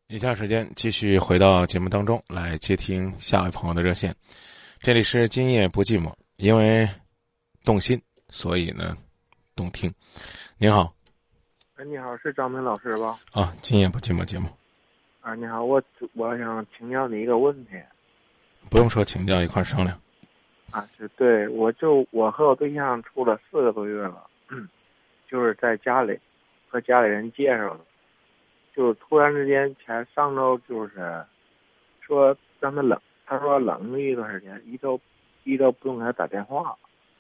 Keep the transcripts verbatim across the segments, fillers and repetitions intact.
以下时间继续回到节目当中来接听下位朋友的热线。这里是今夜不寂寞，因为动心，所以呢动听。您好。 哎，你好，是张明老师吧？ 啊，今夜不寂寞节目。 啊，你好，我我想请教你一个问题。 不用说请教，一块儿商量。 啊，是对，我就我和我对象处了四个多月了，就是在家里和家里人介绍的，就是突然之间前上周就是说让他冷，他说冷了一段时间，一周一周不用给他打电话。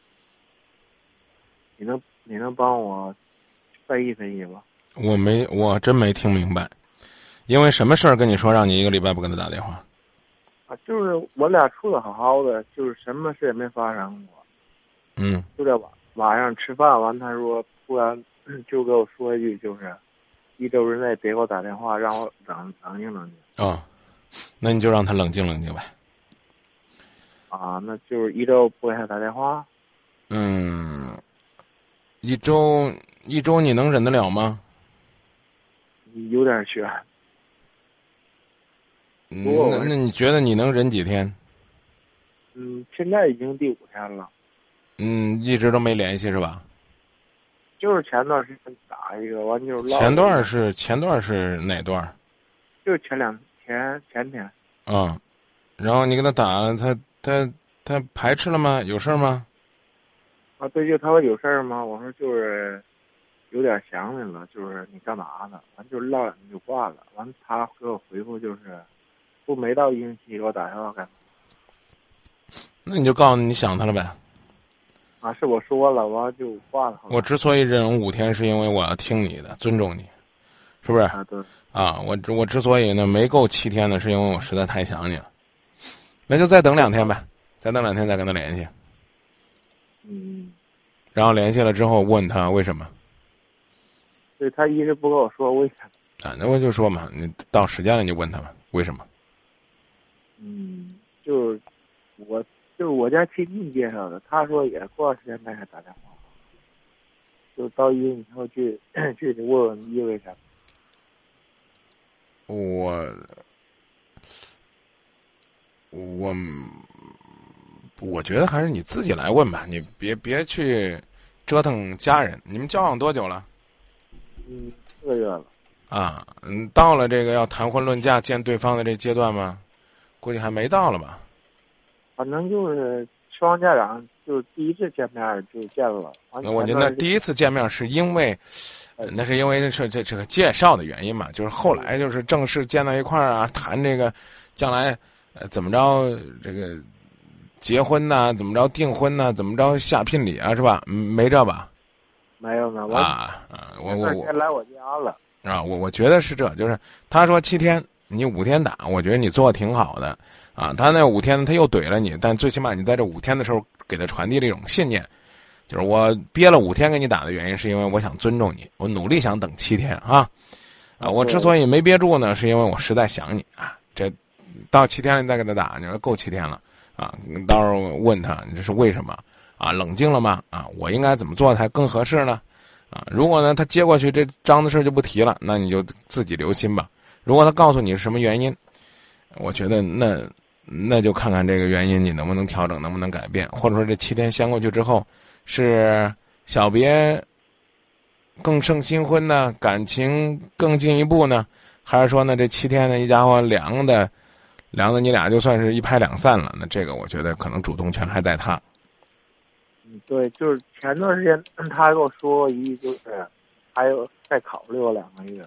你能你能帮我分析分析吗？ 我没，我真没听明白，因为什么事儿跟你说让你一个礼拜不跟他打电话？ 啊，就是我俩处的好好的，就是什么事也没发生过。 嗯， 就在晚晚上吃饭完，他说突然就给我说一句，就是一周之内别给我打电话，让我冷冷静冷静。 哦，那你就让他冷静冷静呗。 啊，那就是一周不给他打电话。 嗯，一周一周你能忍得了吗？ 有点悬。 嗯，那那你觉得你能忍几天？ 嗯，现在已经第五天了。 嗯，一直都没联系是吧？ 就是前段时间打一个，完就是唠。 前段是前段是哪段？ 就是前两前前天。 嗯，然后你给他打了，他他他排斥了吗？有事吗？ 啊，对，就他说有事儿吗？我说就是有点想你了，就是你干嘛呢？完就唠两句就挂了。完他给我回复就是。不没到一星期给我打电话干嘛？ 那你就告诉你想他了呗。 啊，是我说了，完就挂了。 我之所以忍五天，是因为我要听你的，尊重你，是不是？ 啊，对。 啊，我我之所以呢没够七天呢，是因为我实在太想你了。那就再等两天呗，再等两天再跟他联系。 嗯。 然后联系了之后问他为什么？ 对，他一直不跟我说为什么。 啊，那我就说嘛，你到时间了你就问他嘛，为什么？ 嗯，就是我就是我家亲戚介绍的，他说也过段时间再给他打电话，就到医院以后去具体问问意味什么。我我我觉得还是你自己来问吧，你别别去折腾家人。你们交往多久了？ 嗯，四个月了。 啊，嗯，到了这个要谈婚论嫁见对方的这阶段吗？估计还没到了吧。 反正就是双方家长就第一次见面就见了。 那我觉得那第一次见面是因为，呃、那是因为是这这个介绍的原因嘛，就是后来就是正式见到一块儿啊，谈这个将来呃怎么着这个结婚呐、啊，怎么着订婚呐、啊，怎么着下聘礼啊，是吧？没这吧？ 没有呢。 啊啊，我我我来我家了啊，我我觉得是这，就是他说七天。你五天打，我觉得你做的挺好的，啊，他那五天他又怼了你，但最起码你在这五天的时候给他传递了一种信念，就是我憋了五天给你打的原因，是因为我想尊重你，我努力想等七天啊，啊，我之所以没憋住呢，是因为我实在想你啊，这到七天了你再给他打，你说够七天了啊，到时候问他你这是为什么啊？冷静了吗？啊，我应该怎么做才更合适呢？啊，如果呢他接过去这脏的事就不提了，那你就自己留心吧。如果他告诉你是什么原因，我觉得那那就看看这个原因你能不能调整，能不能改变，或者说这七天相过去之后，是小别更胜新婚呢，感情更进一步呢，还是说呢这七天呢一家伙凉的凉的你俩就算是一拍两散了？那这个我觉得可能主动权还在他。 嗯，对，就是前段时间他还跟我说过一句，就是还有再考虑我两个月。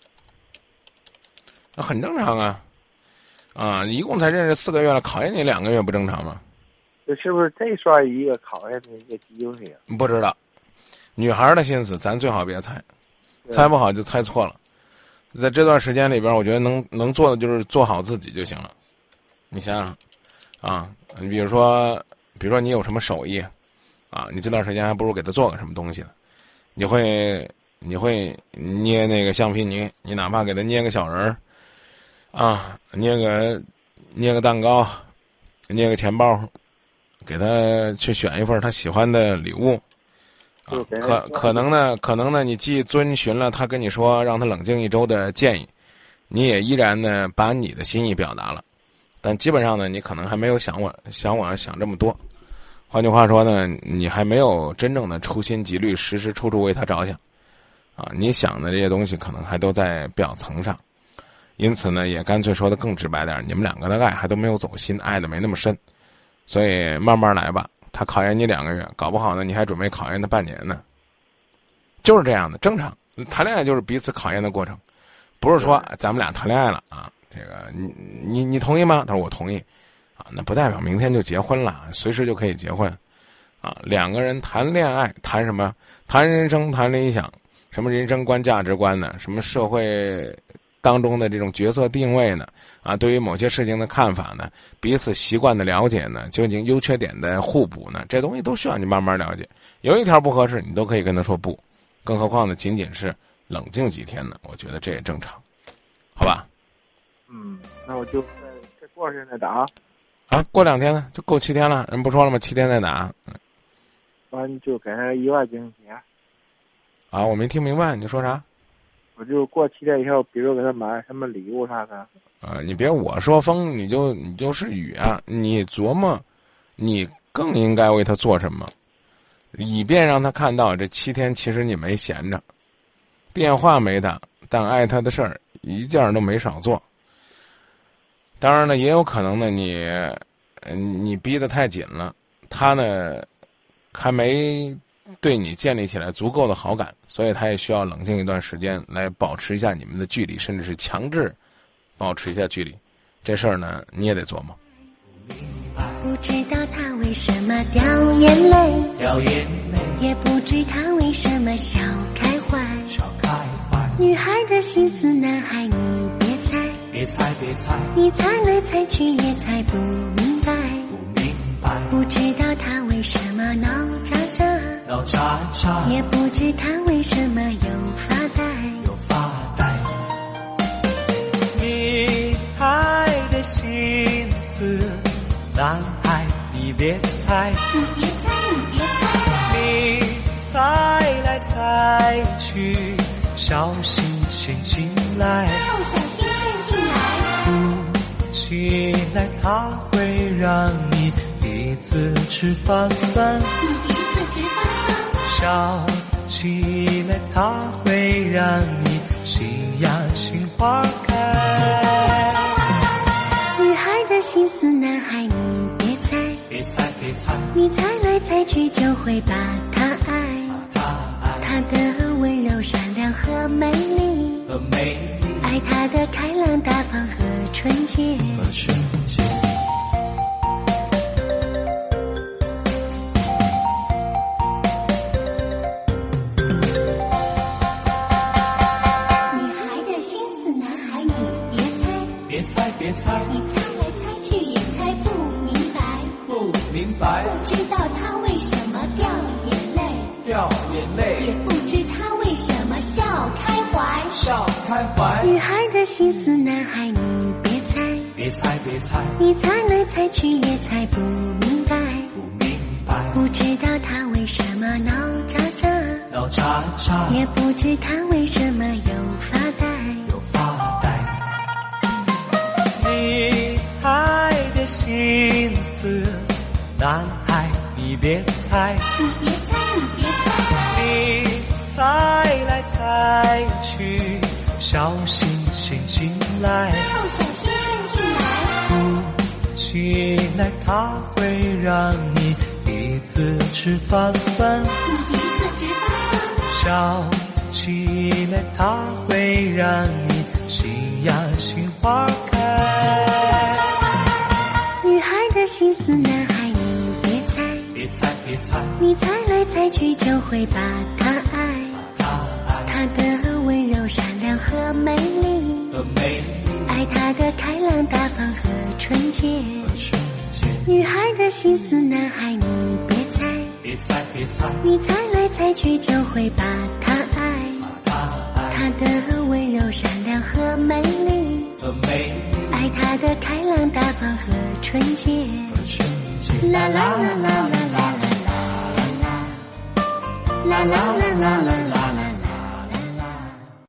那很正常啊，啊，一共才认识四个月了，考验你两个月不正常吗？ 这是不是这算一个考验的一个机会啊？ 不知道，女孩的心思咱最好别猜，猜不好就猜错了。在这段时间里边，我觉得能能做的就是做好自己就行了。你想想，啊，你比如说，比如说你有什么手艺，啊，你这段时间还不如给他做个什么东西呢？你会你会捏那个橡皮泥，你哪怕给他捏个小人儿。啊，捏个捏个蛋糕，捏个钱包，给他去选一份他喜欢的礼物。啊，可可能呢，可能呢，你既遵循了他跟你说让他冷静一周的建议， 你也依然呢把你的心意表达了，但基本上呢，你可能还没有想我想我想这么多。换句话说呢，你还没有真正的处心积虑、时时处处为他着想，啊，你想的这些东西可能还都在表层上。因此呢，也干脆说的更直白点，你们两个的爱还都没有走心，爱的没那么深，所以慢慢来吧。他考验你两个月，搞不好呢，你还准备考验他半年呢。就是这样的，正常。谈恋爱就是彼此考验的过程，不是说咱们俩谈恋爱了啊，这个你你你同意吗？他说我同意，啊，那不代表明天就结婚了，随时就可以结婚，啊，两个人谈恋爱谈什么？谈人生，谈理想，什么人生观、价值观呢？什么社会当中的这种角色定位呢？啊，对于某些事情的看法呢？彼此习惯的了解呢？究竟优缺点的互补呢？这东西都需要你慢慢了解。有一条不合适，你都可以跟他说不。更何况呢，仅仅是冷静几天呢，我觉得这也正常，好吧？ 嗯，那我就再再过两天再打。 啊，过两天呢，就够七天了。人不说了吗？七天再打。嗯， 完就给他一万块钱。 啊，我没听明白你说啥？ 我就过七天以后，比如给他买什么礼物啥的。 啊，你别我说风，你就你就是雨啊！你琢磨，你更应该为他做什么？以便让他看到这七天其实你没闲着，电话没打，但爱他的事儿一件都没少做。当然呢，也有可能呢，你你逼得太紧了，他呢还没对你建立起来足够的好感，所以他也需要冷静一段时间来保持一下你们的距离，甚至是强制保持一下距离。这事儿呢，你也得琢磨。 不知道他为什么掉眼泪， 掉眼泪， 也不知他为什么笑开怀。 笑开怀， 女孩的心思，男孩你别猜， 别猜别猜， 你猜来猜去也猜不明白。 不明白， 不知道他为什么闹喳喳， 闹喳喳， 也不知他为什么又发呆， 又发呆。女孩的心思，男孩你别猜， 你别猜，你别猜， 你猜来猜去，小心陷进来， 要小心陷进来。 哭起来它会让你鼻子直发酸， 你鼻子直发酸。 笑起来它会让你心呀心花开。 女孩的心思，男孩你别猜， 别猜别猜， 你猜来猜去就会把他爱。 他爱他的温柔善良和美丽， 和美丽， 爱他的开朗大方和纯洁。 和纯洁。 女孩的心思，男孩你别猜， 别猜别猜， 你猜来猜去也猜不明白。 不明白， 不知道他为什么掉眼泪， 掉眼也泪， 不知他为什么笑开怀。 笑开怀。 女孩的心思，男孩你别猜， 别猜别猜， 你猜来猜去也猜不明白。 不明白， 不知道他为什么闹喳喳， 闹喳喳， 也不知他为什么又发呆。 又发呆。女孩的心思，男孩你别猜， 你别猜，你别猜， 你猜来猜去，小心陷进来， 要小心陷进来。 哭起来它会让你鼻子直发酸， 你鼻子直发酸。 笑起来它会让你心呀心花开。 女孩的心思，男孩你别猜， 别猜别猜， 你猜来猜去就会把他爱。 他爱他的温柔善良和美丽， 和美丽， 爱他的开朗大方和纯洁。 和纯洁。 女孩的心思，男孩你别猜， 别猜别猜， 你猜来猜去就会把他爱。 他爱他的温柔善良和美丽， 和美丽， 爱他的开朗大方和纯洁。 和纯洁。 啦啦啦啦啦啦啦啦啦啦啦啦啦啦。